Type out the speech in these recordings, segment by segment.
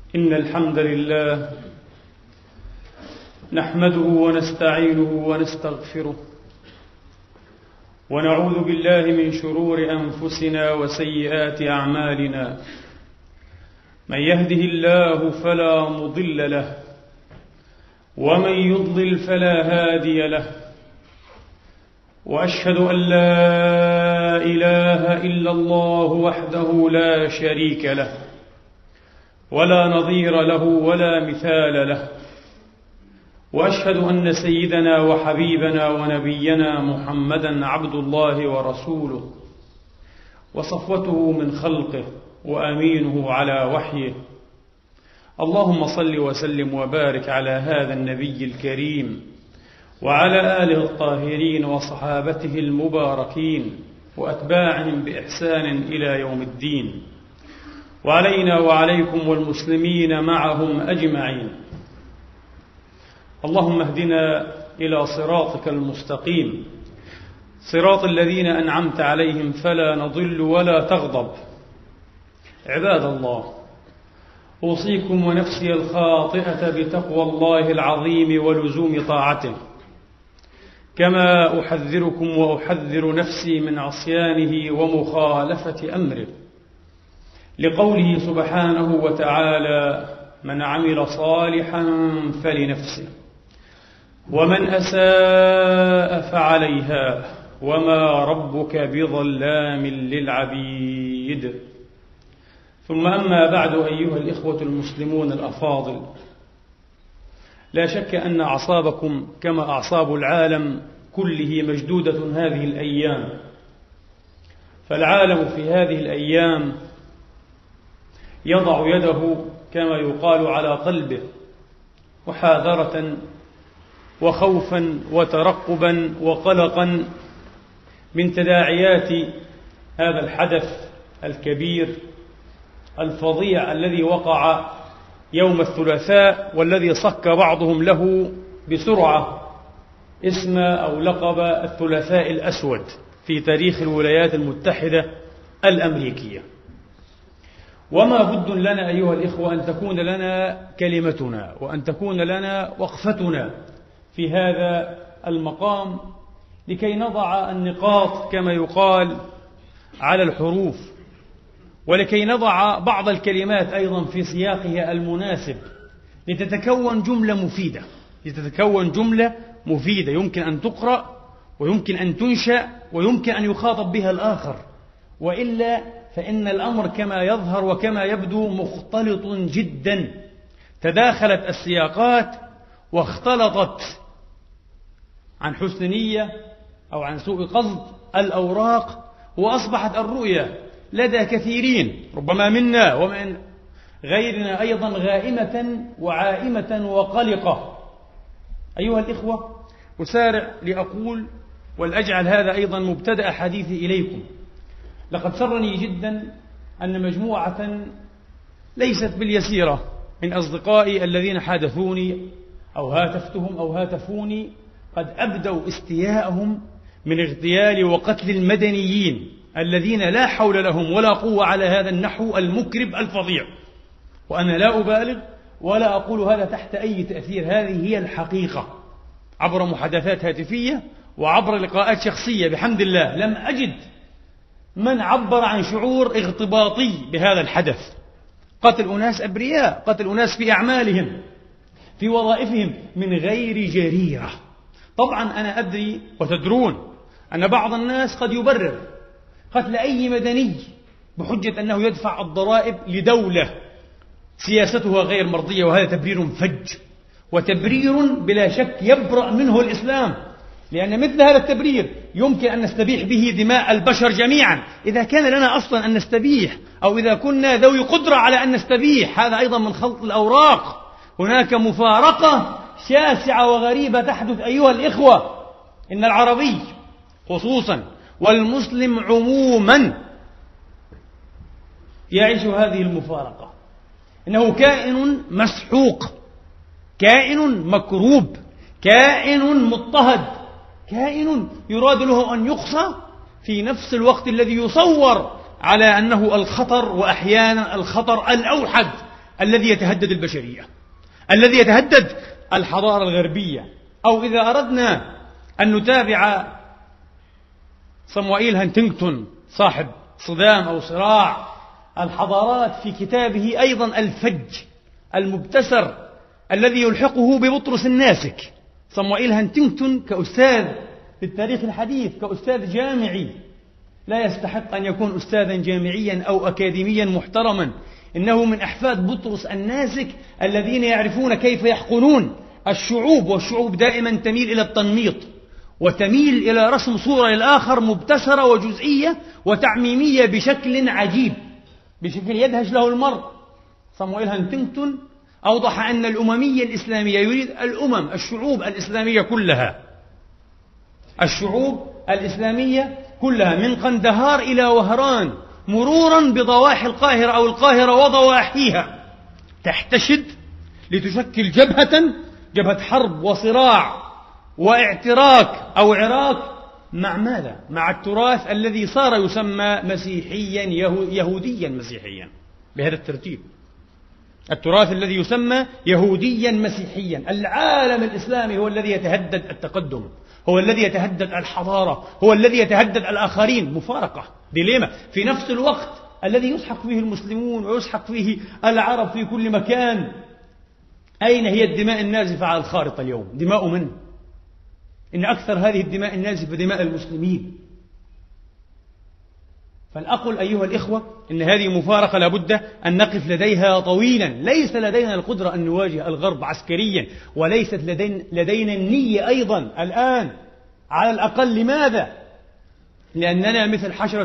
إن الحمد لله نحمده ونستعينه ونستغفره ونعوذ بالله من شرور أنفسنا وسيئات أعمالنا. من يهده الله فلا مضل له ومن يضلل فلا هادي له، وأشهد أن لا إله إلا الله وحده لا شريك له ولا نظير له ولا مثال له، وأشهد أن سيدنا وحبيبنا ونبينا محمدا عبد الله ورسوله وصفوته من خلقه وأمينه على وحيه. اللهم صل وسلم وبارك على هذا النبي الكريم وعلى آله الطاهرين وصحابته المباركين وأتباعهم بإحسان إلى يوم الدين، وعلينا وعليكم والمسلمين معهم أجمعين. اللهم اهدنا إلى صراطك المستقيم، صراط الذين أنعمت عليهم فلا نضل ولا تغضب. عباد الله، أوصيكم ونفسي الخاطئة بتقوى الله العظيم ولزوم طاعته، كما أحذركم وأحذر نفسي من عصيانه ومخالفة أمره، لقوله سبحانه وتعالى: من عمل صالحا فلنفسه ومن أساء فعليها وما ربك بظلام للعبيد. ثم أما بعد، أيها الإخوة المسلمون الأفاضل، لا شك أن أعصابكم كما أعصاب العالم كله مشدودة هذه الأيام، فالعالم في هذه الأيام يضع يده كما يقال على قلبه، محاذرة وخوفا وترقبا وقلقا من تداعيات هذا الحدث الكبير الفظيع الذي وقع يوم الثلاثاء، والذي صك بعضهم له بسرعة اسم أو لقب الثلاثاء الأسود في تاريخ الولايات المتحدة الأمريكية. وما بد لنا أيها الإخوة أن تكون لنا كلمتنا وأن تكون لنا وقفتنا في هذا المقام، لكي نضع النقاط كما يقال على الحروف، ولكي نضع بعض الكلمات أيضا في سياقها المناسب، لتتكون جملة مفيدة يمكن أن تقرأ ويمكن أن تنشأ ويمكن أن يخاطب بها الآخر. وإلا فإن الأمر كما يظهر وكما يبدو مختلط جدا، تداخلت السياقات واختلطت عن حسن نية أو عن سوء قصد الأوراق، وأصبحت الرؤية لدى كثيرين ربما منا ومن غيرنا أيضا غائمة وعائمة وقلقة. أيها الإخوة، أسارع لأقول ولأجعل هذا أيضا مبتدأ حديثي إليكم. لقد سرني جدا أن مجموعة ليست باليسيرة من أصدقائي الذين حادثوني أو هاتفتهم أو هاتفوني قد أبدوا استياءهم من اغتيال وقتل المدنيين الذين لا حول لهم ولا قوة على هذا النحو المكرب الفظيع. وأنا لا أبالغ ولا أقول هذا تحت أي تأثير، هذه هي الحقيقة. عبر محادثات هاتفية وعبر لقاءات شخصية بحمد الله لم أجد من عبر عن شعور اغتباطي بهذا الحدث. قتل أناس أبرياء، قتل أناس في أعمالهم في وظائفهم من غير جريرة. طبعا أنا أدري وتدرون أن بعض الناس قد يبرر قتل أي مدني بحجة أنه يدفع الضرائب لدولة سياستها غير مرضية، وهذا تبرير فج وتبرير بلا شك يبرأ منه الإسلام، لأن مثل هذا التبرير يمكن أن نستبيح به دماء البشر جميعا إذا كان لنا أصلا أن نستبيح، أو إذا كنا ذوي قدرة على أن نستبيح. هذا أيضا من خلط الأوراق. هناك مفارقة شاسعة وغريبة تحدث أيها الإخوة. إن العربي خصوصا والمسلم عموما يعيش هذه المفارقة. إنه كائن مسحوق، كائن مكروب، كائن مضطهد، كائن يراد له أن يقصى في نفس الوقت الذي يصور على أنه الخطر، وأحيانا الخطر الأوحد الذي يتهدد البشرية، الذي يتهدد الحضارة الغربية. أو إذا أردنا أن نتابع صموئيل هانتنغتون صاحب صدام أو صراع الحضارات في كتابه أيضا الفج المبتسر الذي يلحقه ببطرس الناسك. صموئيل هانتنغتون كأستاذ في التاريخ الحديث، كأستاذ جامعي، لا يستحق أن يكون أستاذا جامعيا أو أكاديميا محترما، إنه من أحفاد بطرس الناسك الذين يعرفون كيف يحقنون الشعوب، والشعوب دائما تميل إلى التنميط وتميل إلى رسم صورة للآخر مبتسرة وجزئية وتعميمية بشكل عجيب، بشكل يدهش له المرء. صموئيل هانتنغتون أوضح أن الأممية الإسلامية يريد الشعوب الإسلامية كلها، الشعوب الإسلامية كلها من قندهار إلى وهران، مرورا بضواحي القاهرة أو القاهرة وضواحيها، تحتشد لتشكل جبهة حرب وصراع واعتراك أو عراك مع ماذا؟ مع التراث الذي صار يسمى مسيحيا يهوديا مسيحيا، بهذا الترتيب. التراث الذي يسمى يهوديا مسيحيا. العالم الإسلامي هو الذي يتهدد التقدم، هو الذي يتهدد الحضارة، هو الذي يتهدد الآخرين. مفارقة، ديليما في نفس الوقت الذي يسحق فيه المسلمون ويسحق فيه العرب في كل مكان. أين هي الدماء النازفة على الخارطة اليوم؟ دماء من؟ إن أكثر هذه الدماء النازفة دماء المسلمين. فالأقل أيها الإخوة إن هذه مفارقة لابد أن نقف لديها طويلا. ليس لدينا القدرة أن نواجه الغرب عسكريا، وليست لدينا النية أيضا الآن على الأقل. لماذا؟ لأننا مثل حشرة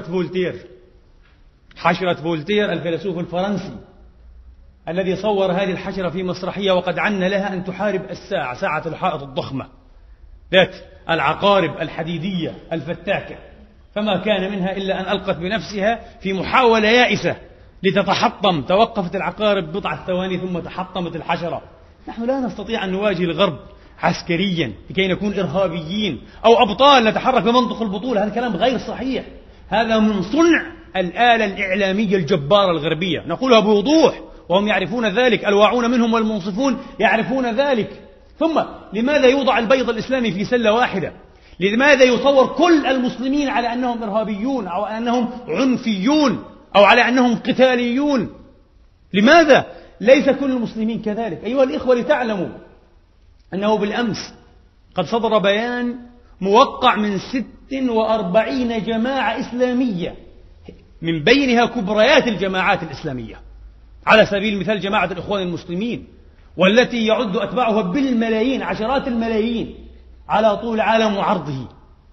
فولتير الفيلسوف الفرنسي الذي صور هذه الحشرة في مسرحية وقد عن لها أن تحارب الساعة، ساعة الحائط الضخمة ذات العقارب الحديدية الفتاكة، فما كان منها إلا أن ألقت بنفسها في محاولة يائسة لتتحطم. توقفت العقارب بضعة ثواني ثم تحطمت الحشرة. نحن لا نستطيع أن نواجه الغرب عسكريا لكي نكون إرهابيين أو أبطال نتحرك بمنطق البطولة. هذا كلام غير صحيح، هذا من صنع الآلة الإعلامية الجبارة الغربية، نقولها بوضوح وهم يعرفون ذلك، الواعون منهم والمنصفون يعرفون ذلك. ثم لماذا يوضع البيض الإسلامي في سلة واحدة؟ لماذا يصور كل المسلمين على أنهم إرهابيون أو أنهم عنفيون أو على أنهم قتاليون؟ لماذا؟ ليس كل المسلمين كذلك أيها الإخوة. لتعلموا أنه بالأمس قد صدر بيان موقع من 46 جماعة إسلامية، من بينها كبريات الجماعات الإسلامية، على سبيل المثال جماعة الإخوان المسلمين، والتي يعد أتباعها بالملايين، عشرات الملايين على طول العالم وعرضه.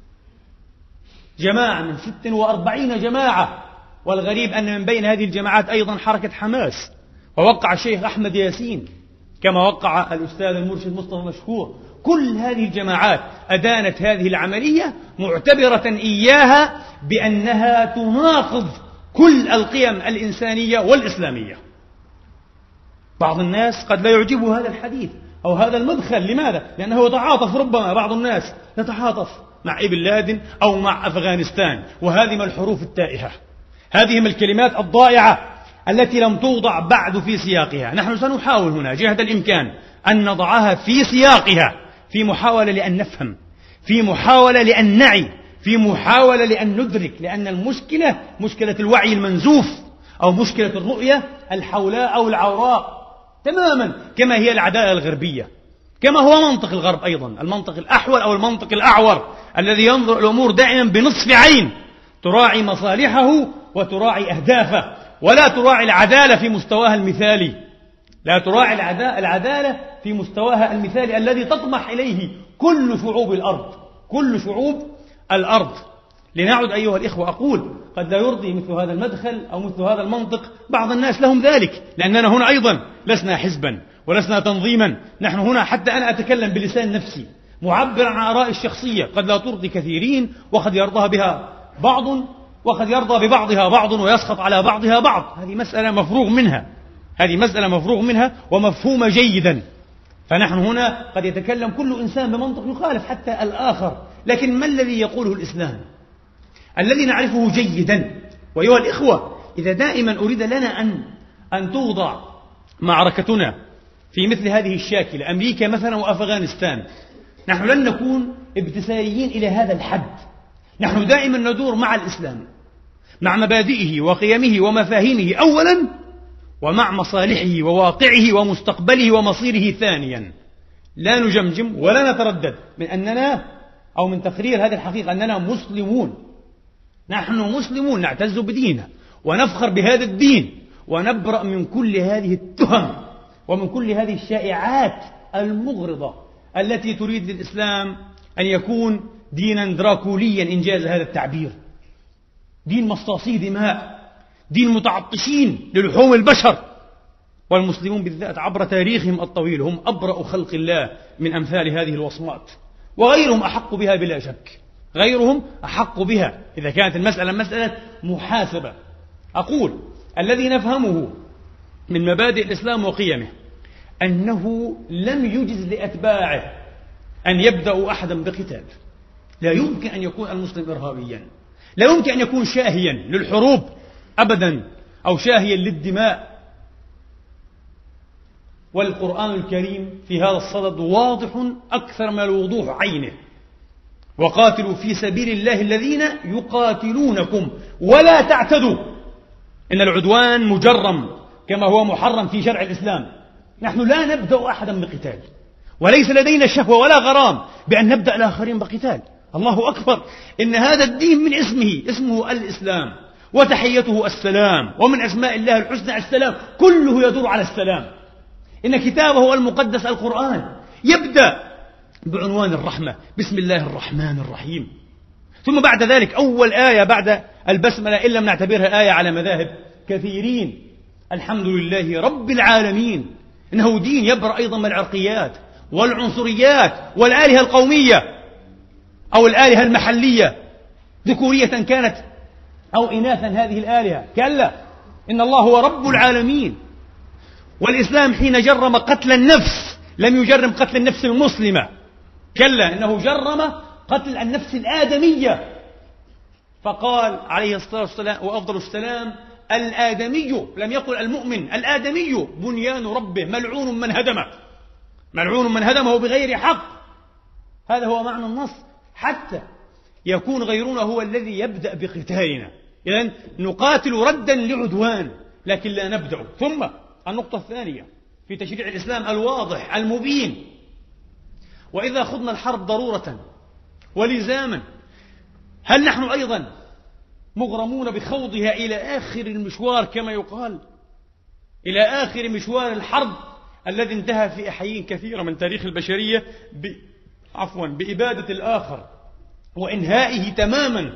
جماعة من 46 جماعة. والغريب أن من بين هذه الجماعات أيضا حركة حماس، ووقع الشيخ أحمد ياسين كما وقع الأستاذ المرشد مصطفى مشهور. كل هذه الجماعات أدانت هذه العملية معتبرة إياها بأنها تناقض كل القيم الإنسانية والإسلامية. بعض الناس قد لا يعجبه هذا الحديث أو هذا المدخل. لماذا؟ لأنه يتعاطف، ربما بعض الناس يتعاطف مع ابن لادن أو مع أفغانستان، وهذه من الحروف التائهة، هذه من الكلمات الضائعة التي لم توضع بعد في سياقها. نحن سنحاول هنا جهد الإمكان أن نضعها في سياقها، في محاولة لأن نفهم، في محاولة لأن نعي، في محاولة لأن ندرك. لأن المشكلة مشكلة الوعي المنزوف أو مشكلة الرؤية الحولاء أو العوراء تماما، كما هي العدالة الغربية، كما هو منطق الغرب أيضا، المنطق الأحول أو المنطق الأعور الذي ينظر الأمور دائما بنصف عين، تراعي مصالحه وتراعي أهدافه، ولا تراعي العدالة في مستواها المثالي، لا تراعي العدالة في مستواها المثالي الذي تطمح إليه كل شعوب الأرض، كل شعوب الأرض. لنعد أيها الإخوة، أقول قد لا يرضي مثل هذا المدخل أو مثل هذا المنطق بعض الناس، لهم ذلك، لأننا هنا أيضا لسنا حزبا ولسنا تنظيما، نحن هنا حتى أنا أتكلم بلسان نفسي معبرا عن آرائي الشخصية، قد لا ترضي كثيرين وقد يرضى بها بعض وقد يرضى ببعضها بعض ويسخط على بعضها بعض. هذه مسألة مفروغ منها، هذه مسألة مفروغ منها ومفهومة جيدا. فنحن هنا قد يتكلم كل إنسان بمنطق يخالف حتى الآخر، لكن ما الذي يقوله الإسلام الذي نعرفه جيدا؟ وأيها الإخوة، إذا دائما أريد لنا أن توضع معركتنا في مثل هذه الشاكلة، أمريكا مثلا وأفغانستان، نحن لن نكون ابتساريين إلى هذا الحد. نحن دائما ندور مع الإسلام، مع مبادئه وقيمه ومفاهيمه أولا، ومع مصالحه وواقعه ومستقبله ومصيره ثانيا. لا نجمجم ولا نتردد من أننا أو من تقرير هذه الحقيقة أننا مسلمون. نحن مسلمون نعتز بديننا ونفخر بهذا الدين، ونبرأ من كل هذه التهم ومن كل هذه الشائعات المغرضة التي تريد للإسلام أن يكون دينا دراكوليا إنجاز هذا التعبير، دين مصاصي دماء، دين متعطشين للحوم البشر. والمسلمون بالذات عبر تاريخهم الطويل هم أبرأ خلق الله من أمثال هذه الوصمات، وغيرهم أحق بها بلا شك، غيرهم أحق بها إذا كانت المسألة مسألة محاسبة. أقول الذي نفهمه من مبادئ الإسلام وقيمه أنه لم يجز لأتباعه أن يبدأوا أحدا بقتال. لا يمكن أن يكون المسلم إرهابيا، لا يمكن أن يكون شاهيا للحروب أبدا أو شاهيا للدماء. والقرآن الكريم في هذا الصدد واضح أكثر من الوضوح عينه: وقاتلوا في سبيل الله الذين يقاتلونكم ولا تعتدوا إن العدوان مجرم كما هو محرم في شرع الإسلام. نحن لا نبدأ أحدا بقتال، وليس لدينا شهوة ولا غرام بأن نبدأ الآخرين بقتال. الله أكبر، إن هذا الدين من اسمه الإسلام، وتحيته السلام، ومن أسماء الله الحسنى السلام، كله يدور على السلام. إن كتابه المقدس القرآن يبدأ بعنوان الرحمة: بسم الله الرحمن الرحيم. ثم بعد ذلك أول آية بعد البسملة إن لم نعتبرها آية على مذاهب كثيرين: الحمد لله رب العالمين. إنه دين يبرأ أيضا من العرقيات والعنصريات والآلهة القومية أو الآلهة المحلية، ذكورية كانت أو إناثا هذه الآلهة، كلا، إن الله هو رب العالمين. والإسلام حين جرم قتل النفس لم يجرم قتل النفس المسلمة، كلا، إنه جرم قتل النفس الآدمية، فقال عليه الصلاة والسلام وأفضل السلام: الآدمي، لم يقل المؤمن، الآدمي بنيان ربه ملعون من هدمه، ملعون من هدمه بغير حق. هذا هو معنى النص، حتى يكون غيرنا هو الذي يبدأ بقتالنا. إذن نقاتل ردا لعدوان، لكن لا نبدأ. ثم النقطة الثانية في تشريع الإسلام الواضح المبين: وإذا خضنا الحرب ضرورة ولزاما، هل نحن أيضا مغرمون بخوضها إلى آخر المشوار كما يقال، إلى آخر مشوار الحرب الذي انتهى في أحيين كثيرة من تاريخ البشرية بإبادة الآخر وإنهائه تماما؟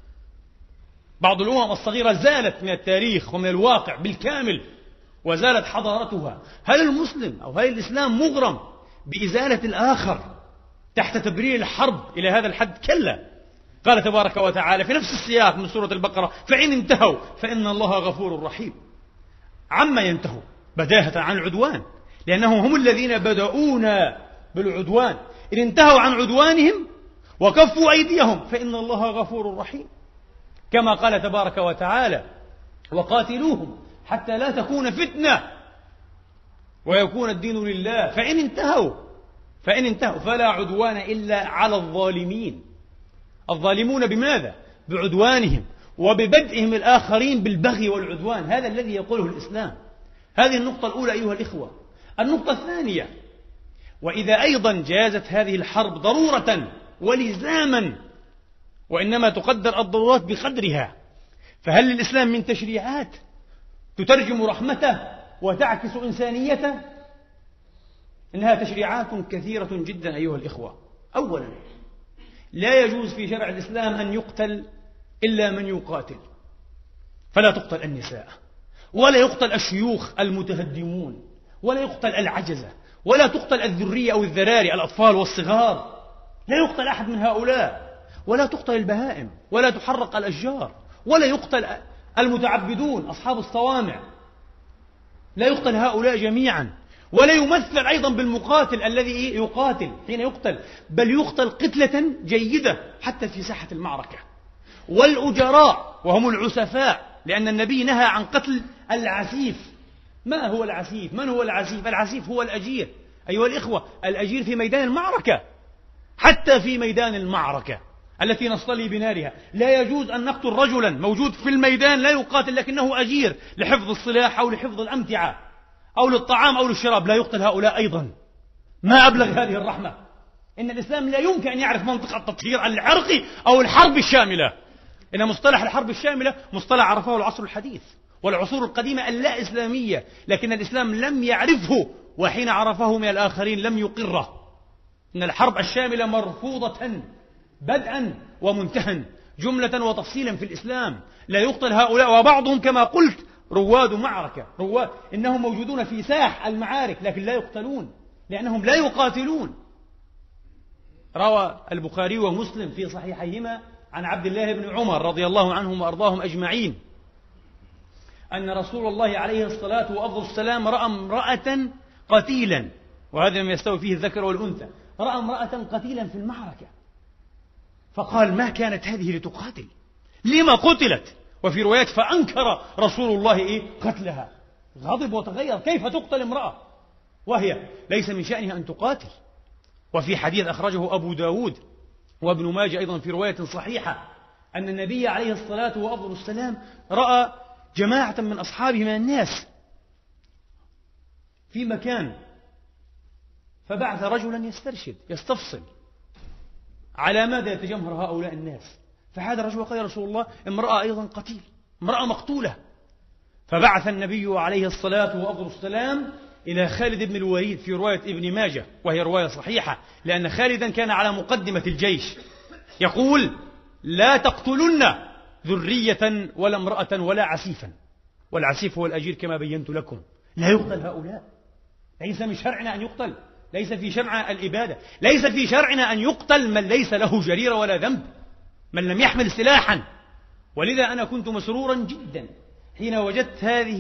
بعض الأمم الصغيرة زالت من التاريخ ومن الواقع بالكامل وزالت حضارتها. هل المسلم أو هل الإسلام مغرم بإزالة الآخر تحت تبرير الحرب إلى هذا الحد؟ كلا. قال تبارك وتعالى في نفس السياق من سورة البقرة: فإن انتهوا فإن الله غفور رحيم. عما ينتهوا؟ بداهة عن العدوان، لأنهم هم الذين بدأونا بالعدوان. إن انتهوا عن عدوانهم وكفوا أيديهم فإن الله غفور رحيم، كما قال تبارك وتعالى: وقاتلوهم حتى لا تكون فتنة ويكون الدين لله. فإن انتهوا فلا عدوان إلا على الظالمين. الظالمون بماذا؟ بعدوانهم وببدئهم الآخرين بالبغي والعدوان. هذا الذي يقوله الإسلام. هذه النقطة الأولى أيها الإخوة. النقطة الثانية: وإذا أيضا جازت هذه الحرب ضرورة ولزاما، وإنما تقدر الضرورات بقدرها، فهل للإسلام من تشريعات تترجم رحمته وتعكس إنسانيته؟ إنها تشريعات كثيرة جدا أيها الإخوة. أولا، لا يجوز في شرع الإسلام أن يقتل إلا من يقاتل، فلا تقتل النساء، ولا يقتل الشيوخ المتهدمون، ولا يقتل العجزة، ولا تقتل الذرية أو الذراري الأطفال والصغار، لا يقتل أحد من هؤلاء، ولا تقتل البهائم، ولا تحرق الأشجار، ولا يقتل المتعبدون أصحاب الصوامع، لا يقتل هؤلاء جميعا. ولا يمثل أيضا بالمقاتل الذي يقاتل حين يقتل، بل يقتل قتلة جيدة حتى في ساحة المعركة. والأجراء وهم العسفاء، لأن النبي نهى عن قتل العسيف ما هو العسيف؟ من هو العسيف؟ العسيف هو الأجير أيها الإخوة، الأجير في ميدان المعركة، حتى في ميدان المعركة التي نصطلي بنارها لا يجوز أن نقتل رجلا موجود في الميدان لا يقاتل لكنه أجير لحفظ السلاح أو لحفظ الأمتعة أو للطعام أو للشراب، لا يقتل هؤلاء أيضا. ما أبلغ هذه الرحمة! إن الإسلام لا يمكن أن يعرف منطق التطهير العرقي أو الحرب الشاملة. إن مصطلح الحرب الشاملة مصطلح عرفه العصر الحديث والعصور القديمة اللا إسلامية، لكن الإسلام لم يعرفه، وحين عرفه من الآخرين لم يقره. إن الحرب الشاملة مرفوضة بدءا ومنتهى، جملة وتفصيلا في الإسلام. لا يقتل هؤلاء، وبعضهم كما قلت رواد معركة، إنهم موجودون في ساح المعارك لكن لا يقتلون لأنهم لا يقاتلون. روى البخاري ومسلم في صحيحيهما عن عبد الله بن عمر رضي الله عنهم وأرضاهم أجمعين أن رسول الله عليه الصلاة والسلام رأى امرأة قتيلا، وهذا ما يستوي فيه الذكر والأنثى، رأى امرأة قتيلا في المعركة فقال: ما كانت هذه لتقاتل؟ لما قتلت؟ وفي روايات فأنكر رسول الله قتلها، غضب وتغير، كيف تقتل امرأة وهي ليس من شأنها أن تقاتل؟ وفي حديث أخرجه أبو داود وابن ماجه أيضا في رواية صحيحة أن النبي عليه الصلاة والسلام رأى جماعة من أصحابه من الناس في مكان فبعث رجلا يسترشد يستفصل على ماذا يتجمهر هؤلاء الناس. فهذا الرجل قال: يا رسول الله، امرأة أيضا قتيل، امرأة مقتولة. فبعث النبي عليه الصلاة والسلام إلى خالد بن الوليد في رواية ابن ماجه، وهي رواية صحيحة، لأن خالدا كان على مقدمة الجيش، يقول: لا تقتلن ذرية ولا امرأة ولا عسيفا. والعسيف هو الأجير كما بينت لكم. لا يقتل هؤلاء، ليس من شرعنا أن يقتل، ليس في شرع الإبادة، ليس في شرعنا أن يقتل من ليس له جريرة ولا ذنب، من لم يحمل سلاحا. ولذا أنا كنت مسرورا جدا حين وجدت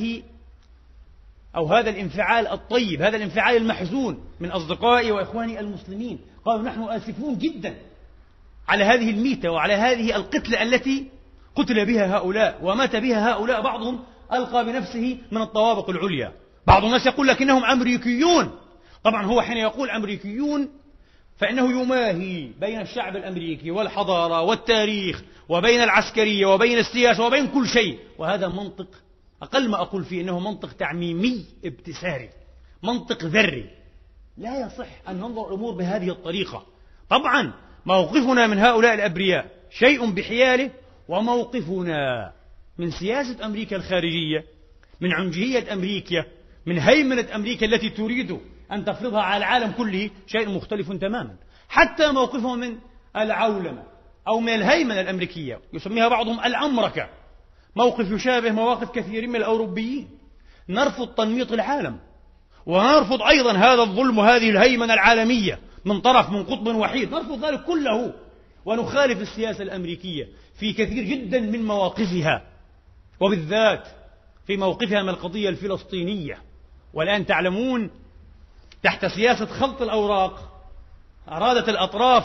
هذا الانفعال الطيب، هذا الانفعال المحزون من أصدقائي وإخواني المسلمين. قالوا: نحن آسفون جدا على هذه الميتة وعلى هذه القتلة التي قتل بها هؤلاء ومات بها هؤلاء. بعضهم ألقى بنفسه من الطوابق العليا، بعض الناس يقول لكنهم أمريكيون. طبعا هو حين يقول أمريكيون فإنه يماهي بين الشعب الأمريكي والحضارة والتاريخ وبين العسكرية وبين السياسة وبين كل شيء، وهذا منطق أقل ما أقول فيه إنه منطق تعميمي ابتساري، منطق ذري. لا يصح أن ننظر الأمور بهذه الطريقة. طبعا موقفنا من هؤلاء الأبرياء شيء بحياله، وموقفنا من سياسة أمريكا الخارجية، من عنجهية أمريكا، من هيمنة أمريكا التي تريد أن تفرضها على العالم كله شيء مختلف تماما. حتى موقفهم من العولمة أو من الهيمنة الأمريكية، يسميها بعضهم الأمركة، موقف يشابه مواقف كثير من الأوروبيين. نرفض تنميط العالم، ونرفض أيضا هذا الظلم وهذه الهيمنة العالمية من طرف، من قطب وحيد، نرفض ذلك كله، ونخالف السياسة الأمريكية في كثير جدا من مواقفها، وبالذات في موقفها من القضية الفلسطينية. والآن تعلمون تحت سياسة خلط الأوراق أرادت الأطراف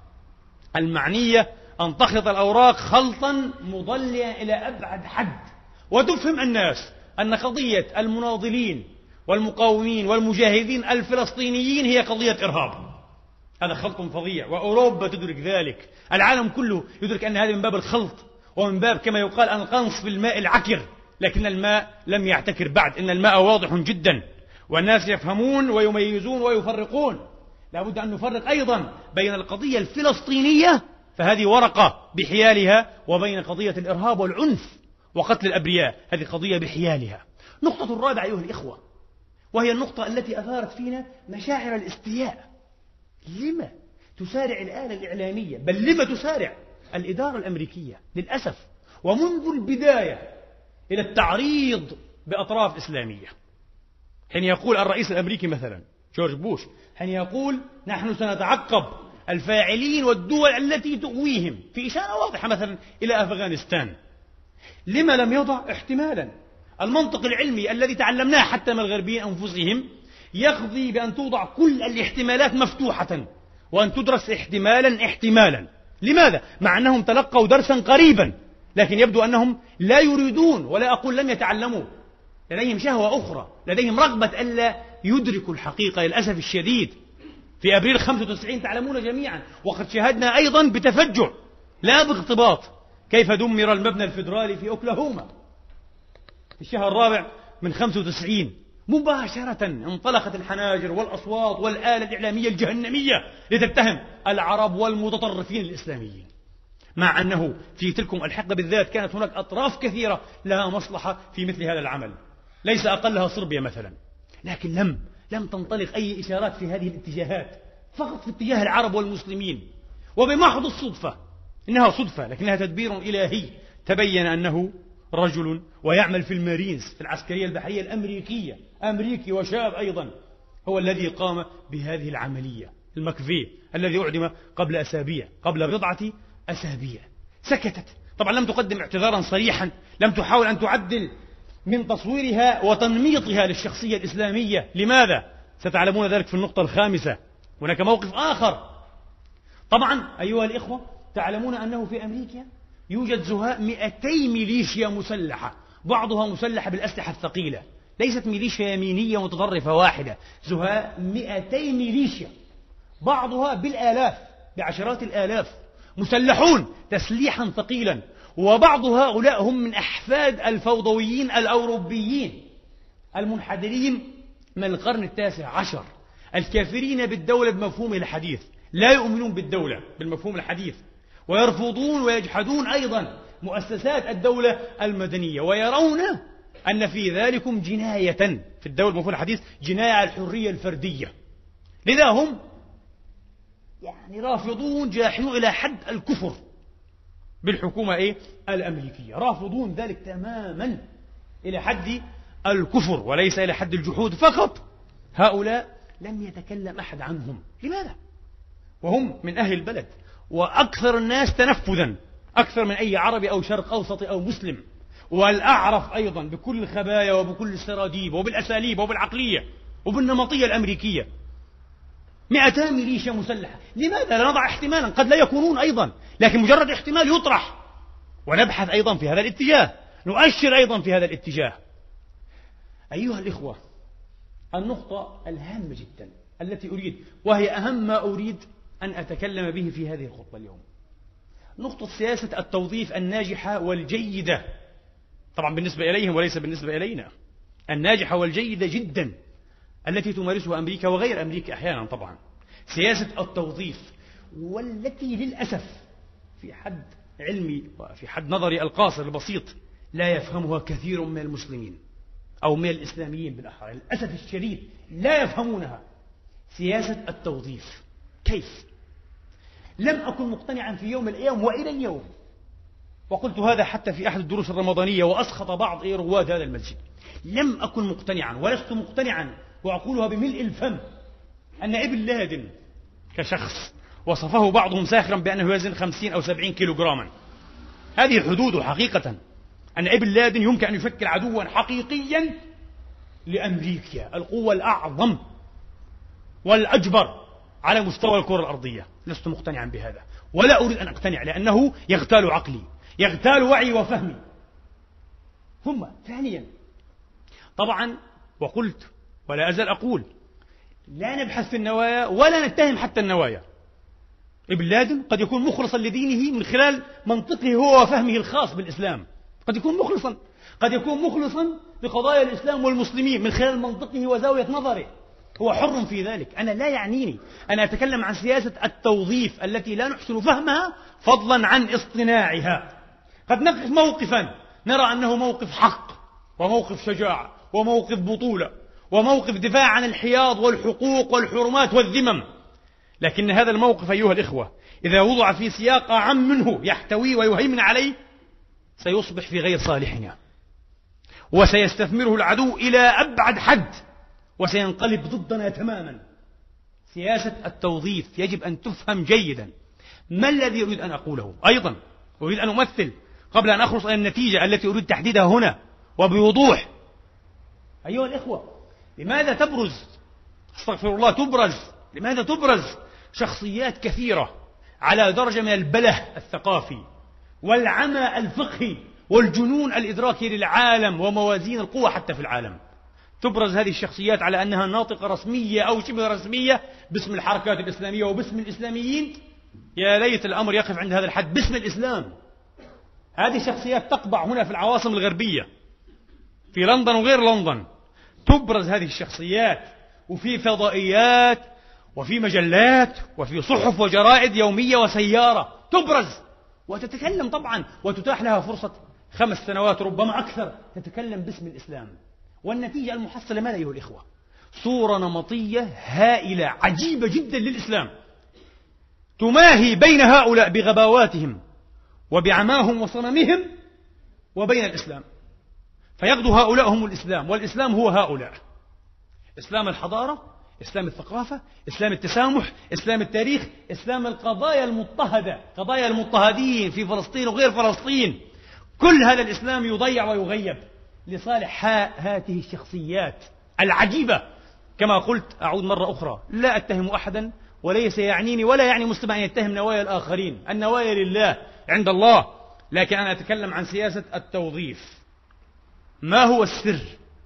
المعنية أن تخلط الأوراق خلطا مضليا إلى أبعد حد، وتفهم الناس أن قضية المناضلين والمقاومين والمجاهدين الفلسطينيين هي قضية إرهاب. هذا خلط فظيع، وأوروبا تدرك ذلك، العالم كله يدرك أن هذا من باب الخلط، ومن باب كما يقال أن القنص في الماء العكر، لكن الماء لم يعتكر بعد، إن الماء واضح جدا، والناس يفهمون ويميزون ويفرقون. لابد أن نفرق أيضا بين القضية الفلسطينية، فهذه ورقة بحيالها، وبين قضية الإرهاب والعنف وقتل الأبرياء، هذه قضية بحيالها. نقطة الرابعة أيها الإخوة، وهي النقطة التي أثارت فينا مشاعر الاستياء. لما تسارع الآلة الإعلامية، بل لما تسارع الإدارة الأمريكية للأسف ومنذ البداية إلى التعريض بأطراف إسلامية؟ حين يقول الرئيس الأمريكي مثلا جورج بوش، حين يقول نحن سنتعقب الفاعلين والدول التي تؤويهم، في إشارة واضحة مثلا إلى أفغانستان، لما لم يضع احتمالا؟ المنطق العلمي الذي تعلمناه حتى من الغربيين أنفسهم يقضي بأن توضع كل الاحتمالات مفتوحة وأن تدرس احتمالا احتمالا. لماذا؟ مع أنهم تلقوا درسا قريبا، لكن يبدو أنهم لا يريدون، ولا أقول لم يتعلموا، لديهم شهوة أخرى، لديهم رغبة ألا يدركوا الحقيقة للأسف الشديد. في أبريل 95 تعلمون جميعا، وقد شاهدنا أيضا بتفجع لا باغتباط كيف دمر المبنى الفيدرالي في أوكلاهوما في الشهر الرابع من 95. مباشرة انطلقت الحناجر والأصوات والآلة الإعلامية الجهنمية لتتهم العرب والمتطرفين الإسلاميين، مع أنه في تلكم الحقبة بالذات كانت هناك أطراف كثيرة لها مصلحة في مثل هذا العمل، ليس أقلها صربيا مثلا. لكن لم تنطلق أي إشارات في هذه الاتجاهات، فقط في اتجاه العرب والمسلمين. وبمحض الصدفة، إنها صدفة لكنها تدبير إلهي، تبين أنه رجل ويعمل في المارينز في العسكرية البحرية الأمريكية، أمريكي وشاب أيضا، هو الذي قام بهذه العملية. المكفي الذي أعدم قبل بضعة أسابيع. سكتت طبعا، لم تقدم اعتذارا صريحا، لم تحاول أن تعدل من تصويرها وتنميطها للشخصية الإسلامية. لماذا؟ ستعلمون ذلك في النقطة الخامسة. هناك موقف آخر. طبعا أيها الإخوة، تعلمون أنه في أمريكا يوجد زهاء 200 ميليشيا مسلحة، بعضها مسلحة بالأسلحة الثقيلة، ليست ميليشيا يمينية متطرفة واحدة، زهاء 200 ميليشيا، بعضها بالآلاف، بعشرات الآلاف، مسلحون تسليحا ثقيلا. وبعض هؤلاء هم من أحفاد الفوضويين الأوروبيين المنحدرين من القرن 19، الكافرين بالدولة بمفهومه الحديث، لا يؤمنون بالدولة بالمفهوم الحديث، ويرفضون ويجحدون أيضا مؤسسات الدولة المدنية، ويرون أن في ذلكم جناية في الدولة بمفهوم الحديث، جناية على الحرية الفردية. لذا هم رافضون جاحدون إلى حد الكفر بالحكومة الأمريكية، رافضون ذلك تماما إلى حد الكفر وليس إلى حد الجحود فقط. هؤلاء لم يتكلم أحد عنهم. لماذا؟ وهم من أهل البلد وأكثر الناس تنفذا، أكثر من أي عربي أو شرق أوسط أو مسلم، والأعرف أيضا بكل الخبايا وبكل السراديب وبالأساليب وبالعقلية وبالنمطية الأمريكية. 200 ميليشيا مسلحة. لماذا لا نضع احتمالا؟ قد لا يكونون أيضا، لكن مجرد احتمال يطرح، ونبحث أيضا في هذا الاتجاه، نؤشر أيضا في هذا الاتجاه. أيها الإخوة، النقطة الهامة جدا التي أريد، وهي أهم ما أريد أن أتكلم به في هذه الخطبة اليوم، نقطة سياسة التوظيف الناجحة والجيدة، طبعا بالنسبة إليهم وليس بالنسبة إلينا، الناجحة والجيدة جدا التي تمارسها أمريكا وغير أمريكا أحيانا. طبعا سياسة التوظيف، والتي للأسف في حد علمي وفي حد نظري القاصر البسيط لا يفهمها كثير من المسلمين أو من الإسلاميين بالأحرى، للأسف الشديد لا يفهمونها. سياسة التوظيف كيف؟ لم أكن مقتنعا في يوم من الأيام وإلى اليوم، وقلت هذا حتى في أحد الدروس الرمضانية وأسخط بعض رواد هذا المسجد، لم أكن مقتنعا ولست مقتنعا وأقولها بملء الفم أن ابن لادن كشخص وصفه بعضهم ساخرا بأنه يوزن 50 أو 70 كيلوغراما. هذه حدوده حقيقة، أن ابن لادن يمكن أن يشكل عدوا حقيقيا لأمريكا، القوة الأعظم والأجبر على مستوى الكرة الأرضية. لست مقتنعا بهذا ولا أريد أن أقتنع، لأنه يغتال عقلي، يغتال وعي وفهمي. ثم ثانيا، طبعا وقلت ولا أزال أقول، لا نبحث في النوايا ولا نتهم حتى النوايا. ابن لادن قد يكون مخلصا لدينه من خلال منطقه هو وفهمه الخاص بالإسلام، قد يكون مخلصا لقضايا الإسلام والمسلمين من خلال منطقه وزاوية نظره، هو حر في ذلك. أنا لا يعنيني، أنا أتكلم عن سياسة التوظيف التي لا نحسن فهمها فضلا عن اصطناعها. قد نقف موقفا نرى أنه موقف حق وموقف شجاعة وموقف بطولة وموقف دفاع عن الحياض والحقوق والحرمات والذمم، لكن هذا الموقف أيها الإخوة إذا وضع في سياق أعم منه يحتوي ويهيمن عليه سيصبح في غير صالحنا، وسيستثمره العدو إلى أبعد حد، وسينقلب ضدنا تماما. سياسة التوظيف يجب أن تفهم جيدا. ما الذي أريد أن أقوله؟ أيضا أريد أن أمثل قبل أن أخلص إلى النتيجة التي أريد تحديدها هنا وبوضوح. أيها الإخوة، لماذا تبرز شخصيات كثيرة على درجة من البله الثقافي والعمى الفقهي والجنون الإدراكي للعالم وموازين القوى حتى في العالم. تبرز هذه الشخصيات على أنها ناطقة رسمية أو شبه رسمية باسم الحركات الإسلامية وباسم الإسلاميين. يا ليت الأمر يقف عند هذا الحد، باسم الإسلام. هذه الشخصيات تقبع هنا في العواصم الغربية، في لندن وغير لندن، تبرز هذه الشخصيات، وفي فضائيات وفي مجلات وفي صحف وجرائد يومية وسيارة تبرز وتتكلم طبعا، وتتاح لها فرصة 5 سنوات ربما أكثر تتكلم باسم الإسلام. والنتيجة المحصلة ماذا أيها الإخوة؟ صورة نمطية هائلة عجيبة جدا للإسلام، تماهي بين هؤلاء بغباواتهم وبعماهم وصممهم وبين الإسلام. فيغدو هؤلاء هم الإسلام، والإسلام هو هؤلاء: إسلام الحضارة، إسلام الثقافة، إسلام التسامح، إسلام التاريخ، إسلام القضايا المضطهدة، قضايا المضطهدين في فلسطين وغير فلسطين. كل هذا الإسلام يضيع ويغيب لصالح هذه الشخصيات العجيبة. كما قلت، أعود مرة أخرى، لا أتهم أحدا، وليس يعنيني ولا يعني مسلم أن يتهم نوايا الآخرين، النوايا لله عند الله، لكن أنا أتكلم عن سياسة التوظيف. ما هو السر؟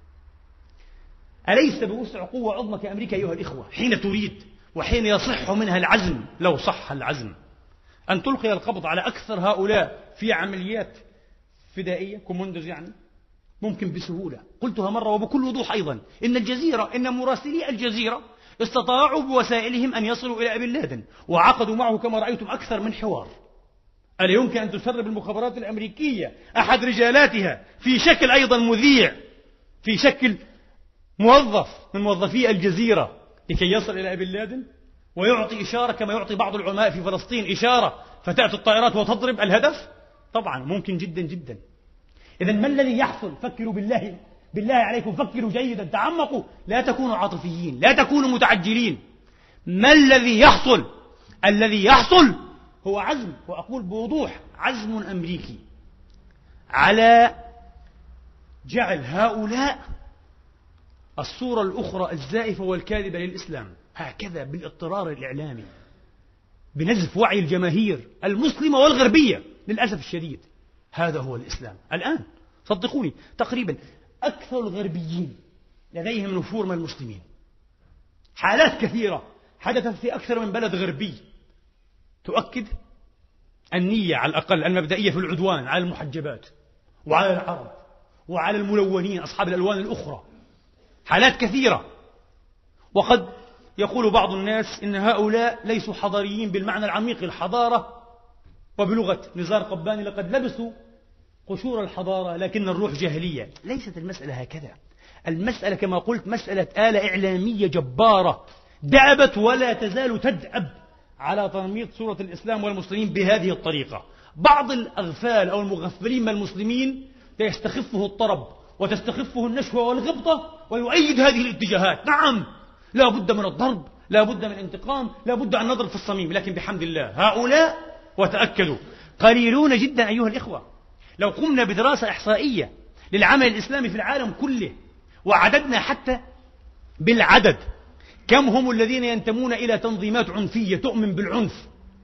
أليس بوسع قوة عظمى كأمريكا أيها الإخوة حين تريد وحين يصح منها العزم، لو صح العزم، أن تلقي القبض على أكثر هؤلاء في عمليات فدائية كوموندوز يعني؟ ممكن بسهولة. قلتها مرة وبكل وضوح أيضا، إن مراسلي الجزيرة استطاعوا بوسائلهم أن يصلوا إلى بن لادن، وعقدوا معه كما رأيتم أكثر من حوار. ألا يمكن أن تسرب المخابرات الأمريكية أحد رجالاتها في شكل أيضا مذيع، في شكل موظف من موظفي الجزيرة، لكي يصل إلى بن لادن ويعطي إشارة كما يعطي بعض العلماء في فلسطين إشارة فتأتي الطائرات وتضرب الهدف؟ طبعا ممكن جدا جدا. إذن ما الذي يحصل؟ فكروا بالله عليكم، فكروا جيدا، تعمقوا، لا تكونوا عاطفيين، لا تكونوا متعجلين. ما الذي يحصل؟ الذي يحصل هو عزم، وأقول بوضوح عزم أمريكي على جعل هؤلاء الصورة الأخرى الزائفة والكاذبة للإسلام، هكذا بالاضطرار الإعلامي، بنزف وعي الجماهير المسلمة والغربية. للأسف الشديد هذا هو الإسلام الآن. صدقوني، تقريبا أكثر الغربيين لديهم نفور من المسلمين. حالات كثيرة حدثت في أكثر من بلد غربي تؤكد النية على الأقل المبدئية في العدوان على المحجبات وعلى العرب وعلى الملونين أصحاب الألوان الأخرى. حالات كثيرة. وقد يقول بعض الناس إن هؤلاء ليسوا حضاريين بالمعنى العميق للحضارة، وبلغة نزار قباني لقد لبسوا قشور الحضارة لكن الروح جاهلية. ليست المسألة هكذا. المسألة كما قلت مسألة آلة إعلامية جبارة دأبت ولا تزال تدأب على تنميط صورة الإسلام والمسلمين بهذه الطريقة. بعض الأغفال أو المغفلين من المسلمين يستخفه الطرب وتستخفه النشوة والغبطة ويؤيد هذه الاتجاهات. نعم، لا بد من الضرب، لا بد من الانتقام، لا بد أن نضرب في الصميم، لكن بحمد الله هؤلاء، وتأكدوا، قليلون جدا أيها الإخوة. لو قمنا بدراسة إحصائية للعمل الإسلامي في العالم كله وعددنا حتى بالعدد كم هم الذين ينتمون إلى تنظيمات عنفية تؤمن بالعنف،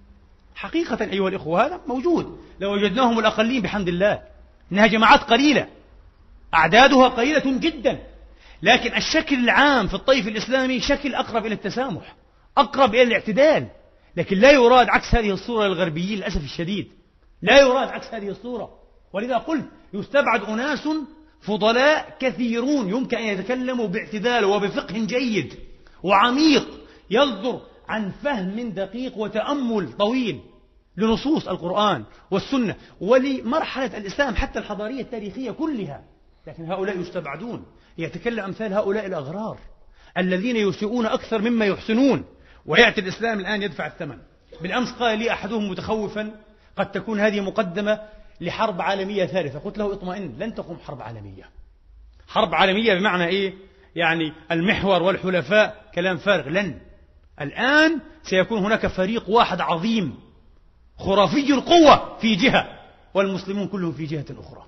حقيقة أيها الإخوة هذا موجود، لو وجدناهم الأقلين بحمد الله. إنها جماعات قليلة، أعدادها قليلة جدا، لكن الشكل العام في الطيف الإسلامي شكل أقرب إلى التسامح، أقرب إلى الاعتدال. لكن لا يراد عكس هذه الصورة للغربيين للأسف الشديد، لا يراد عكس هذه الصورة. ولذا قلت يستبعد أناس فضلاء كثيرون يمكن أن يتكلموا باعتدال وبفقه جيد وعميق يصدر عن فهم دقيق وتأمل طويل لنصوص القرآن والسنة ولمرحلة الإسلام حتى الحضارية التاريخية كلها. لكن هؤلاء يستبعدون. يتكلم أمثال هؤلاء الأغرار الذين يسيئون أكثر مما يحسنون، ويأتي الإسلام الآن يدفع الثمن. بالأمس قال لي أحدهم متخوفا قد تكون هذه مقدمة لحرب عالمية ثالثة. قلت له اطمئن، لن تقوم حرب عالمية. حرب عالمية بمعنى إيه؟ يعني المحور والحلفاء، كلام فارغ. لن. الآن سيكون هناك فريق واحد عظيم خرافي القوة في جهة والمسلمون كلهم في جهة أخرى.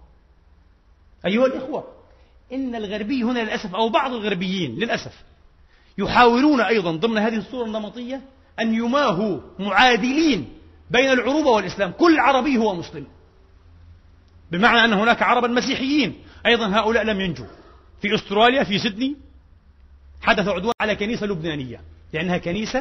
أيها الإخوة، إن الغربي هنا للأسف أو بعض الغربيين للأسف يحاولون أيضا ضمن هذه الصورة النمطية أن يماهوا معادلين بين العروبة والإسلام. كل عربي هو مسلم، بمعنى أن هناك عربا مسيحيين أيضا هؤلاء لم ينجوا. في أستراليا في سيدني حدث عدوان على كنيسة لبنانية لأنها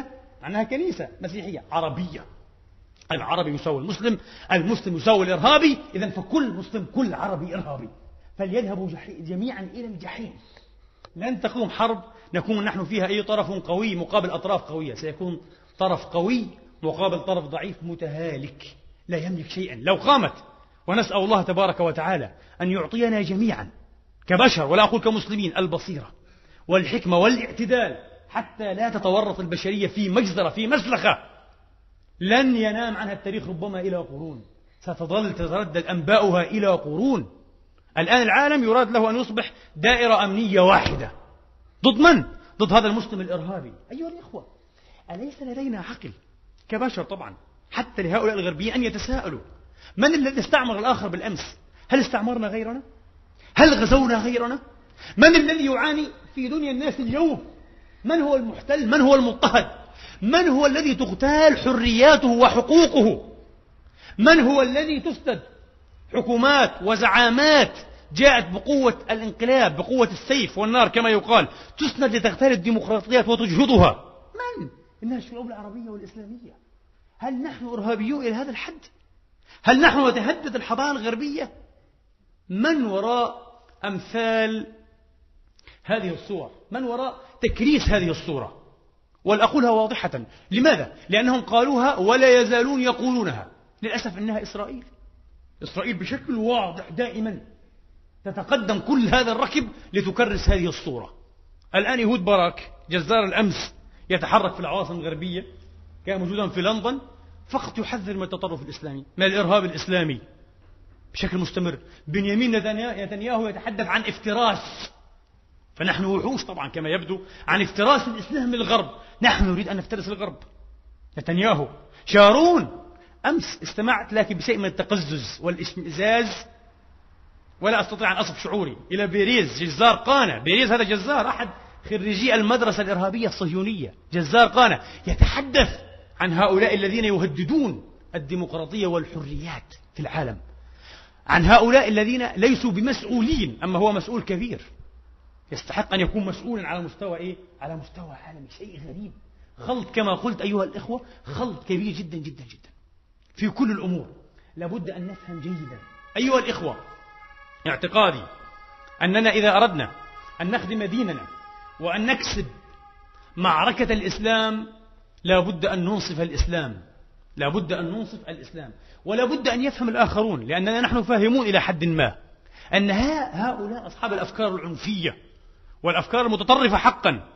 كنيسة مسيحية عربية. العربي يساوي المسلم، المسلم يساوي الإرهابي، إذن فكل مسلم كل عربي إرهابي، فليذهبوا جميعا إلى الجحيم. لن تقوم حرب نكون نحن فيها أي طرف قوي مقابل أطراف قوية، سيكون طرف قوي مقابل طرف ضعيف متهالك لا يملك شيئا لو قامت. ونسأل الله تبارك وتعالى أن يعطينا جميعا كبشر ولا أقول كمسلمين البصيرة والحكمة والاعتدال حتى لا تتورط البشرية في مجزرة في مسلخة لن ينام عنها التاريخ ربما إلى قرون، ستظل تتردد أنباؤها إلى قرون. الآن العالم يراد له أن يصبح دائرة أمنية واحدة ضد من؟ ضد هذا المسلم الإرهابي. أيها الإخوة، أليس لدينا عقل كبشر طبعا حتى لهؤلاء الغربيين أن يتساءلوا من الذي استعمر الآخر بالأمس؟ هل استعمرنا غيرنا؟ هل غزونا غيرنا؟ من الذي يعاني في دنيا الناس اليوم؟ من هو المحتل؟ من هو المضطهد؟ من هو الذي تغتال حرياته وحقوقه؟ من هو الذي تسدد حكومات وزعامات جاءت بقوة الانقلاب بقوة السيف والنار كما يقال تسند لتغتال الديمقراطيات وتجهضها؟ من؟ إنها الشعوب العربية والإسلامية. هل نحن إرهابيون إلى هذا الحد؟ هل نحن نتهدد الحضارة الغربية؟ من وراء أمثال هذه الصور؟ من وراء تكريس هذه الصورة؟ والأقولها واضحة. لماذا؟ لأنهم قالوها ولا يزالون يقولونها. للأسف إنها إسرائيل بشكل واضح دائما تتقدم كل هذا الركب لتكرس هذه الصورة. الآن يهود باراك جزار الأمس يتحرك في العواصم الغربية، كان موجودا في لندن، فقط يحذر من التطرف الإسلامي، من الإرهاب الإسلامي بشكل مستمر. بنيامين نتنياهو يتحدث عن افتراس، فنحن وحوش طبعا كما يبدو عن افتراس الإسلام للغرب. نحن نريد أن نفترس الغرب. نتنياهو شارون أمس استمعت لكن بشيء من التقزز والاشمئزاز ولا أستطيع أن أصف شعوري إلى بيريز جزار قانا. بيريز هذا جزار أحد خريجي المدرسة الإرهابية الصهيونية، جزار قانا يتحدث عن هؤلاء الذين يهددون الديمقراطية والحريات في العالم، عن هؤلاء الذين ليسوا بمسؤولين، أما هو مسؤول كبير يستحق أن يكون مسؤولا على مستوى إيه؟ على مستوى عالمي. شيء غريب، خلط كما قلت أيها الإخوة، خلط كبير جدا جدا جدا في كل الأمور. لابد أن نفهم جيدا أيها الإخوة. اعتقادي أننا إذا أردنا أن نخدم ديننا وأن نكسب معركة الإسلام لابد أن ننصف الإسلام، لابد أن ننصف الإسلام، ولابد أن يفهم الآخرون، لأننا نحن فاهمون إلى حد ما أن هؤلاء أصحاب الأفكار العنفية والأفكار المتطرفة حقا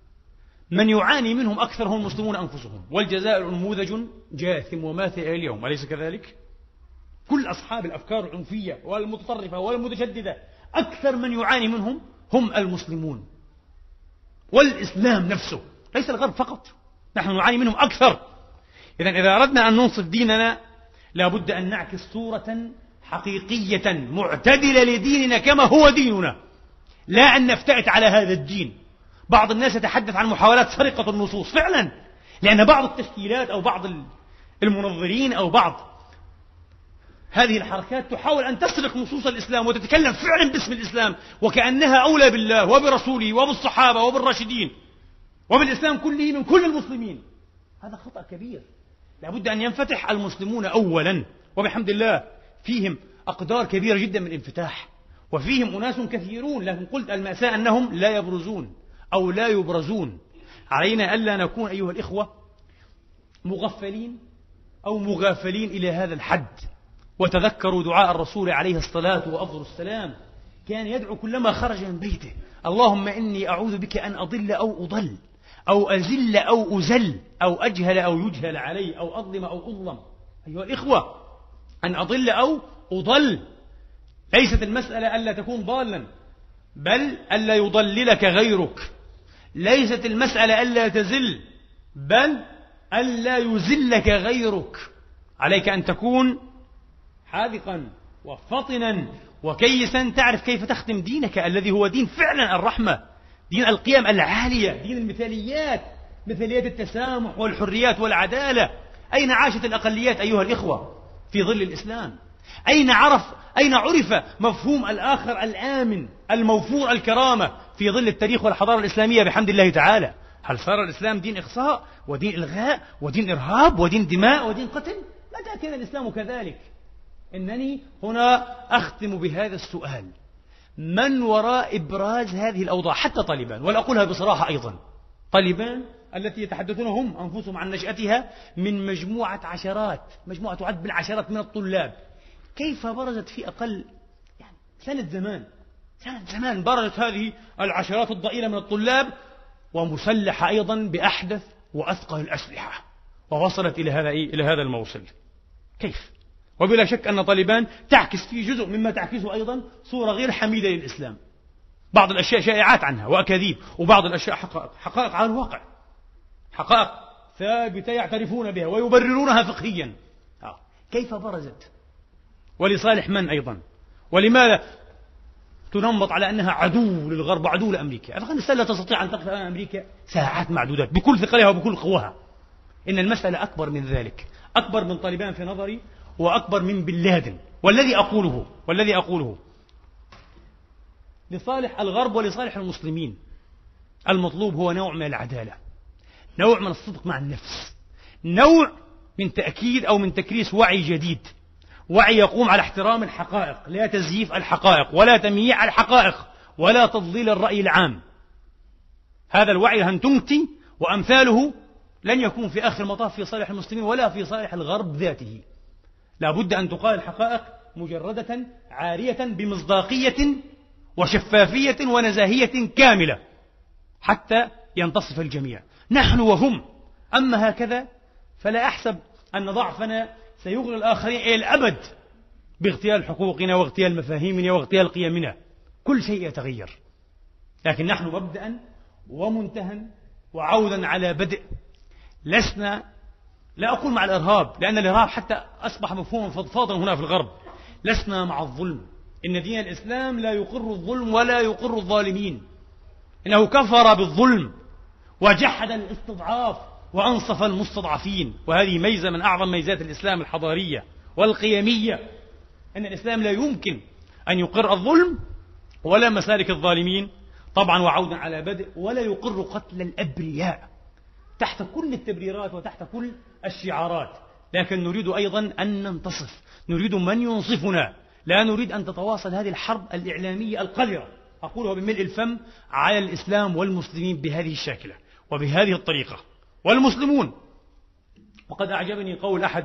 من يعاني منهم أكثر هم المسلمون أنفسهم. والجزائر نموذج جاثم وماثل إلى اليوم، أليس كذلك؟ كل أصحاب الأفكار العنفية والمتطرفة والمتشددة أكثر من يعاني منهم هم المسلمون والإسلام نفسه، ليس الغرب فقط، نحن نعاني منهم أكثر. إذن إذا أردنا أن ننصف ديننا لابد أن نعكس صورة حقيقية معتدلة لديننا كما هو ديننا، لا أن نفتئت على هذا الدين. بعض الناس يتحدث عن محاولات سرقة النصوص فعلا، لأن بعض التشكيلات أو بعض المنظرين أو بعض هذه الحركات تحاول أن تسرق نصوص الإسلام وتتكلم فعلا باسم الإسلام وكأنها أولى بالله وبرسوله وبالصحابة وبالراشدين وبالإسلام كله من كل المسلمين. هذا خطأ كبير. لابد أن ينفتح المسلمون أولا، وبحمد الله فيهم أقدار كبيرة جدا من الانفتاح، وفيهم أناس كثيرون، لكن قلت المأساة أنهم لا يبرزون أو لا يبرزون. علينا ألا نكون أيها الإخوة مغفلين أو مغافلين إلى هذا الحد. وتذكروا دعاء الرسول عليه الصلاة وأفضل السلام، كان يدعو كلما خرج من بيته: اللهم إني أعوذ بك أن أضل أو أضل أو أزل أو أزل أو أجهل أو يجهل علي أو أظلم أو أظلم. أيها الإخوة، أن أضل أو أضل ليست المسألة ألا تكون ضالا، بل ألا يضللك غيرك. ليست المسألة ألا تزل، بل ألا يزلك غيرك. عليك أن تكون حاذقا وفطنا وكيسا، تعرف كيف تخدم دينك الذي هو دين فعلا الرحمة، دين القيم العالية، دين المثاليات، مثاليات التسامح والحريات والعدالة. أين عاشت الأقليات أيها الإخوة في ظل الإسلام؟ أين عرف مفهوم الآخر الآمن الموفور الكرامة في ظل التاريخ والحضارة الإسلامية بحمد الله تعالى؟ هل صار الإسلام دين إخصاء ودين إلغاء ودين إرهاب ودين دماء ودين قتل؟ متى كان الإسلام كذلك؟ إنني هنا أختم بهذا السؤال: من وراء إبراز هذه الأوضاع؟ حتى طالبان، ولا أقولها بصراحة أيضا، طالبان التي يتحدثون هم أنفسهم عن نشأتها من مجموعة تعد بالعشرات من الطلاب، كيف برزت في أقل سنة زمان برزت هذه العشرات الضئيلة من الطلاب، ومسلحة أيضا بأحدث وأثقل الأسلحة، ووصلت إلى هذا الموصل. كيف؟ وبلا شك أن طالبان تعكس في جزء مما تعكسه أيضا صورة غير حميدة للإسلام. بعض الأشياء شائعات عنها وأكاذيب، وبعض الأشياء حقائق على الواقع، حقائق ثابتة يعترفون بها ويبررونها فقهيا. كيف برزت؟ ولصالح من أيضا؟ ولماذا تنمط على أنها عدو للغرب وعدو لأمريكا؟ أفغانستان لا تستطيع أن تقف أمام أمريكا ساعات معدودات بكل ثقلها وبكل قوها. إن المسألة أكبر من ذلك، أكبر من طالبان في نظري، وأكبر من بن لادن. والذي أقوله لصالح الغرب ولصالح المسلمين، المطلوب هو نوع من العدالة، نوع من الصدق مع النفس، نوع من تأكيد أو من تكريس وعي جديد، وعي يقوم على احترام الحقائق، لا تزييف الحقائق ولا تمييع الحقائق ولا تضليل الرأي العام. هذا الوعي هنتمتي وأمثاله لن يكون في آخر المطاف في صالح المسلمين ولا في صالح الغرب ذاته. لا بد أن تقال الحقائق مجردة عارية بمصداقية وشفافية ونزاهية كاملة حتى ينتصف الجميع، نحن وهم. أما هكذا فلا أحسب أن ضعفنا سيغري الآخرين إلى الأبد باغتيال حقوقنا واغتيال مفاهيمنا واغتيال قيمنا. كل شيء يتغير، لكن نحن مبدأ ومنتهى وعودا على بدء لسنا، لا أقول مع الإرهاب لأن الإرهاب حتى أصبح مفهوما فضفاضا هنا في الغرب، لسنا مع الظلم. إن دين الإسلام لا يقر الظلم ولا يقر الظالمين، إنه كفر بالظلم وجحد الاستضعاف وأنصف المستضعفين، وهذه ميزة من أعظم ميزات الإسلام الحضارية والقيمية، أن الإسلام لا يمكن أن يقر الظلم ولا مسالك الظالمين طبعا وعودا على بدء، ولا يقر قتل الأبرياء تحت كل التبريرات وتحت كل الشعارات. لكن نريد أيضا أن ننتصف، نريد من ينصفنا، لا نريد أن تتواصل هذه الحرب الإعلامية القذرة، أقولها بملء الفم، على الإسلام والمسلمين بهذه الشاكلة وبهذه الطريقة. والمسلمون، وقد أعجبني قول أحد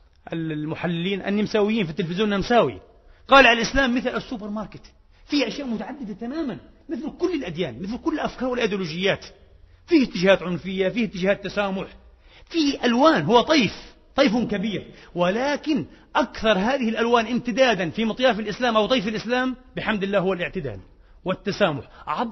المحللين النمساويين في التلفزيون النمساوي، قال الإسلام مثل السوبر ماركت، فيه أشياء متعددة تماما مثل كل الأديان، مثل كل الأفكار والأيديولوجيات، فيه اتجاهات عنفية، فيه اتجاهات تسامح، فيه ألوان، هو طيف كبير، ولكن أكثر هذه الألوان امتدادا في مطياف الإسلام أو طيف الإسلام بحمد الله هو الاعتدال والتسامح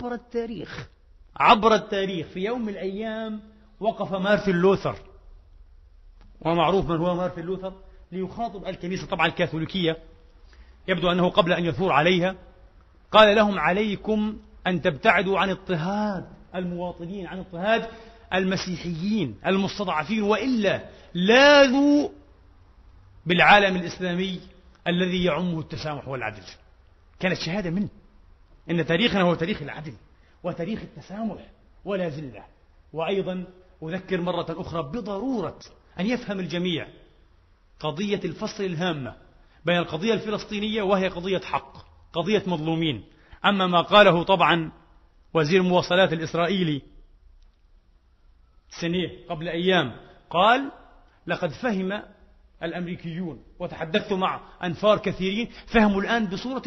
عبر التاريخ. في يوم من الأيام وقف مارتن لوثر، ومعروف من هو مارتن لوثر، ليخاطب الكنيسة طبعا الكاثوليكية، يبدو أنه قبل أن يثور عليها، قال لهم: عليكم أن تبتعدوا عن اضطهاد المواطنين، عن اضطهاد المسيحيين المستضعفين، وإلا لاذوا بالعالم الإسلامي الذي يعمه التسامح والعدل. كانت شهادة منه إن تاريخنا هو تاريخ العدل وتاريخ التسامح ولا زلة. وأيضا أذكر مرة أخرى بضرورة أن يفهم الجميع قضية الفصل الهامة بين القضية الفلسطينية وهي قضية حق، قضية مظلومين. أما ما قاله طبعا وزير المواصلات الإسرائيلي سنيه قبل أيام، قال: لقد فهم الأمريكيون، وتحدثت مع أنفار كثيرين، فهموا الآن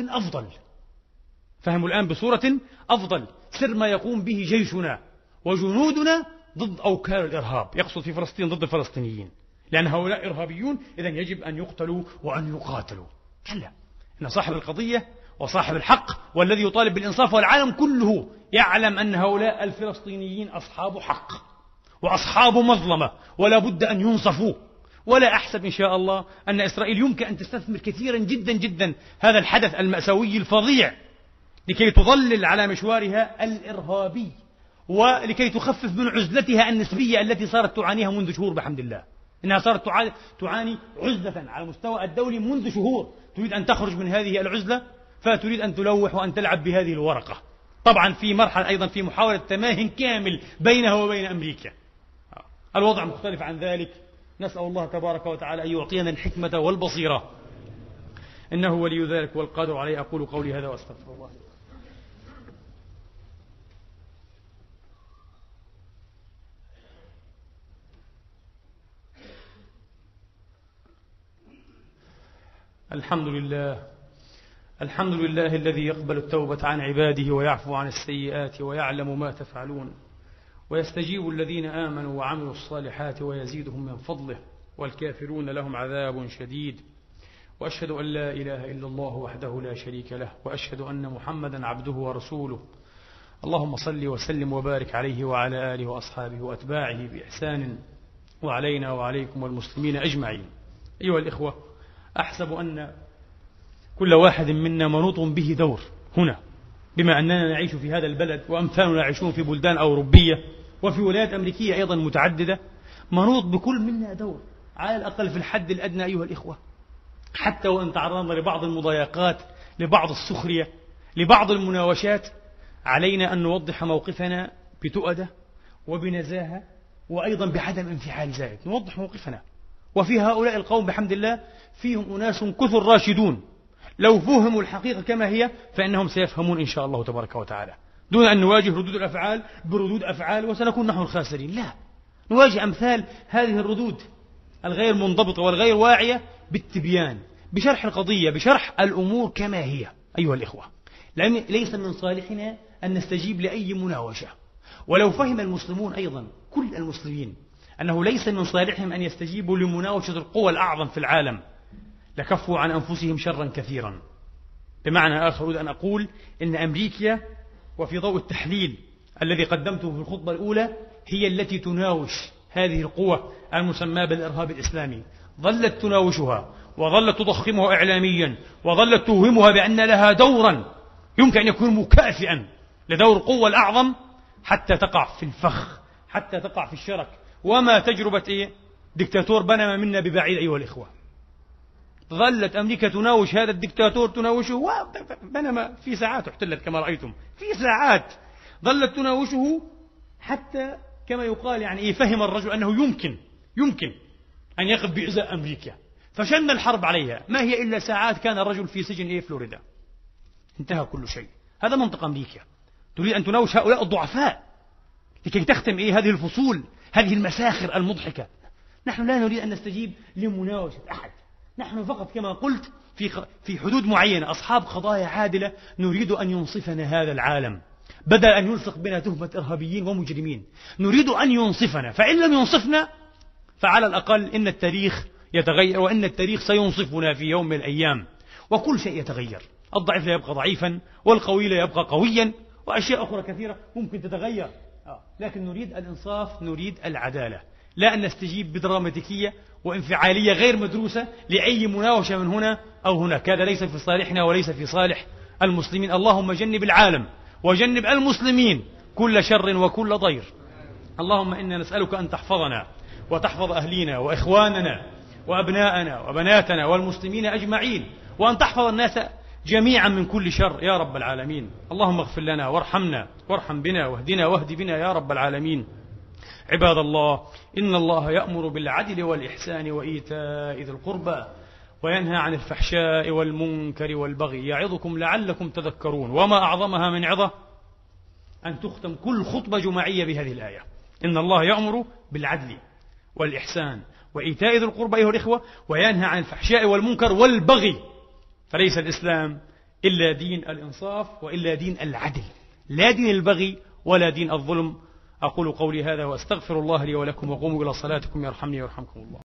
بصورة أفضل سر ما يقوم به جيشنا وجنودنا ضد أوكار الإرهاب، يقصد في فلسطين ضد الفلسطينيين، لأن هؤلاء إرهابيون، إذن يجب أن يقتلوا وأن يقاتلوا. كلا، إن صاحب القضية وصاحب الحق والذي يطالب بالإنصاف، والعالم كله يعلم أن هؤلاء الفلسطينيين أصحاب حق وأصحاب مظلمة ولا بد أن ينصفوا. ولا أحسب إن شاء الله أن إسرائيل يمكن أن تستثمر كثيرا جدا جدا هذا الحدث المأساوي الفظيع لكي تظلل على مشوارها الإرهابي، ولكي تخفف من عزلتها النسبية التي صارت تعانيها منذ شهور بحمد الله. إنها صارت تعاني عزلة على المستوى الدولي منذ شهور، تريد أن تخرج من هذه العزلة، فتريد أن تلوح وأن تلعب بهذه الورقة، طبعا في مرحلة أيضا في محاولة تماه كامل بينها وبين أمريكا. الوضع مختلف عن ذلك، نسأل الله تبارك وتعالى أن يعطينا الحكمة والبصيرة، إنه ولي ذلك والقادر عليه. أقول قولي هذا وأستغفر الله. الحمد لله، الحمد لله الذي يقبل التوبة عن عباده ويعفو عن السيئات ويعلم ما تفعلون، ويستجيب الذين آمنوا وعملوا الصالحات ويزيدهم من فضله، والكافرون لهم عذاب شديد. وأشهد أن لا إله إلا الله وحده لا شريك له، وأشهد أن محمدا عبده ورسوله. اللهم صل وسلم وبارك عليه وعلى آله وأصحابه وأتباعه بإحسان، وعلينا وعليكم والمسلمين أجمعين. أيها الإخوة، أحسب أن كل واحد منا منوط به دور هنا، بما أننا نعيش في هذا البلد وأمثالنا يعيشون في بلدان أوروبية وفي ولايات أمريكية أيضا متعددة، منوط بكل منا دور على الأقل في الحد الأدنى. أيها الإخوة، حتى وإن تعرضنا لبعض المضايقات، لبعض السخرية، لبعض المناوشات، علينا أن نوضح موقفنا بتؤدة وبنزاهة، وأيضا بعدم انفعال زائد. نوضح موقفنا. وفي هؤلاء القوم بحمد الله فيهم أناس كثر راشدون، لو فهموا الحقيقة كما هي فإنهم سيفهمون إن شاء الله تبارك وتعالى، دون أن نواجه ردود الأفعال بردود أفعال وسنكون نحن الخاسرين. لا، نواجه أمثال هذه الردود الغير منضبطة والغير واعية بالتبيان، بشرح القضية، بشرح الأمور كما هي. أيها الإخوة، لأن ليس من صالحنا أن نستجيب لأي مناوشة. ولو فهم المسلمون أيضا، كل المسلمين، أنه ليس من صالحهم أن يستجيبوا لمناوشة القوى الأعظم في العالم، لكفوا عن أنفسهم شرا كثيرا. بمعنى آخر، أريد أن أقول إن أمريكا، وفي ضوء التحليل الذي قدمته في الخطبة الأولى، هي التي تناوش هذه القوى المسمى بالإرهاب الإسلامي. ظلت تناوشها وظلت تضخمها إعلاميا، وظلت توهمها بأن لها دورا يمكن أن يكون مكافئا لدور القوى الأعظم، حتى تقع في الفخ، حتى تقع في الشرك. وما تجربة دكتاتور بنما منا ببعيد. أيها الإخوة، ظلت أمريكا تناوش هذا الدكتاتور، تناوشه، وبنما في ساعات احتلت كما رأيتم، في ساعات ظلت تناوشه، حتى كما يقال يعني فهم الرجل أنه يمكن أن يقف بإزاء أمريكا، فشن الحرب عليها. ما هي إلا ساعات كان الرجل في سجن فلوريدا، انتهى كل شيء. هذا منطق أمريكا، تريد أن تناوش هؤلاء الضعفاء لكي تختم هذه الفصول، هذه المساخر المضحكة. نحن لا نريد أن نستجيب لمناوشة أحد، نحن فقط كما قلت في حدود معينة، أصحاب قضايا عادلة، نريد أن ينصفنا هذا العالم بدل أن يلصق بنا تهمة إرهابيين ومجرمين. نريد أن ينصفنا، فإن لم ينصفنا فعلى الأقل إن التاريخ يتغير، وإن التاريخ سينصفنا في يوم من الأيام، وكل شيء يتغير. الضعيف لا يبقى ضعيفا، والقوي لا يبقى قويا، وأشياء أخرى كثيرة ممكن تتغير. لكن نريد الإنصاف، نريد العدالة، لا أن نستجيب بدراماتيكية وانفعالية غير مدروسة لأي مناوشة من هنا أو هناك. هذا ليس في صالحنا وليس في صالح المسلمين. اللهم جنب العالم وجنب المسلمين كل شر وكل ضير. اللهم إنا نسألك أن تحفظنا وتحفظ أهلينا وإخواننا وأبناءنا وبناتنا والمسلمين أجمعين، وأن تحفظ الناس جميعا من كل شر يا رب العالمين. اللهم اغفر لنا وارحمنا وارحم بنا واهدنا واهد بنا يا رب العالمين. عباد الله، إن الله يأمر بالعدل والإحسان وإيتاء ذي القربى، وينهى عن الفحشاء والمنكر والبغي، يعظكم لعلكم تذكرون. وما أعظمها من عظة أن تختم كل خطبة جماعية بهذه الآية: إن الله يأمر بالعدل والإحسان وإيتاء ذي القربى أيها الإخوة، وينهى عن الفحشاء والمنكر والبغي. فليس الإسلام إلا دين الإنصاف وإلا دين العدل، لا دين البغي ولا دين الظلم. أقول قولي هذا وأستغفر الله لي ولكم، وقوموا إلى صلاتكم يرحمني ويرحمكم الله.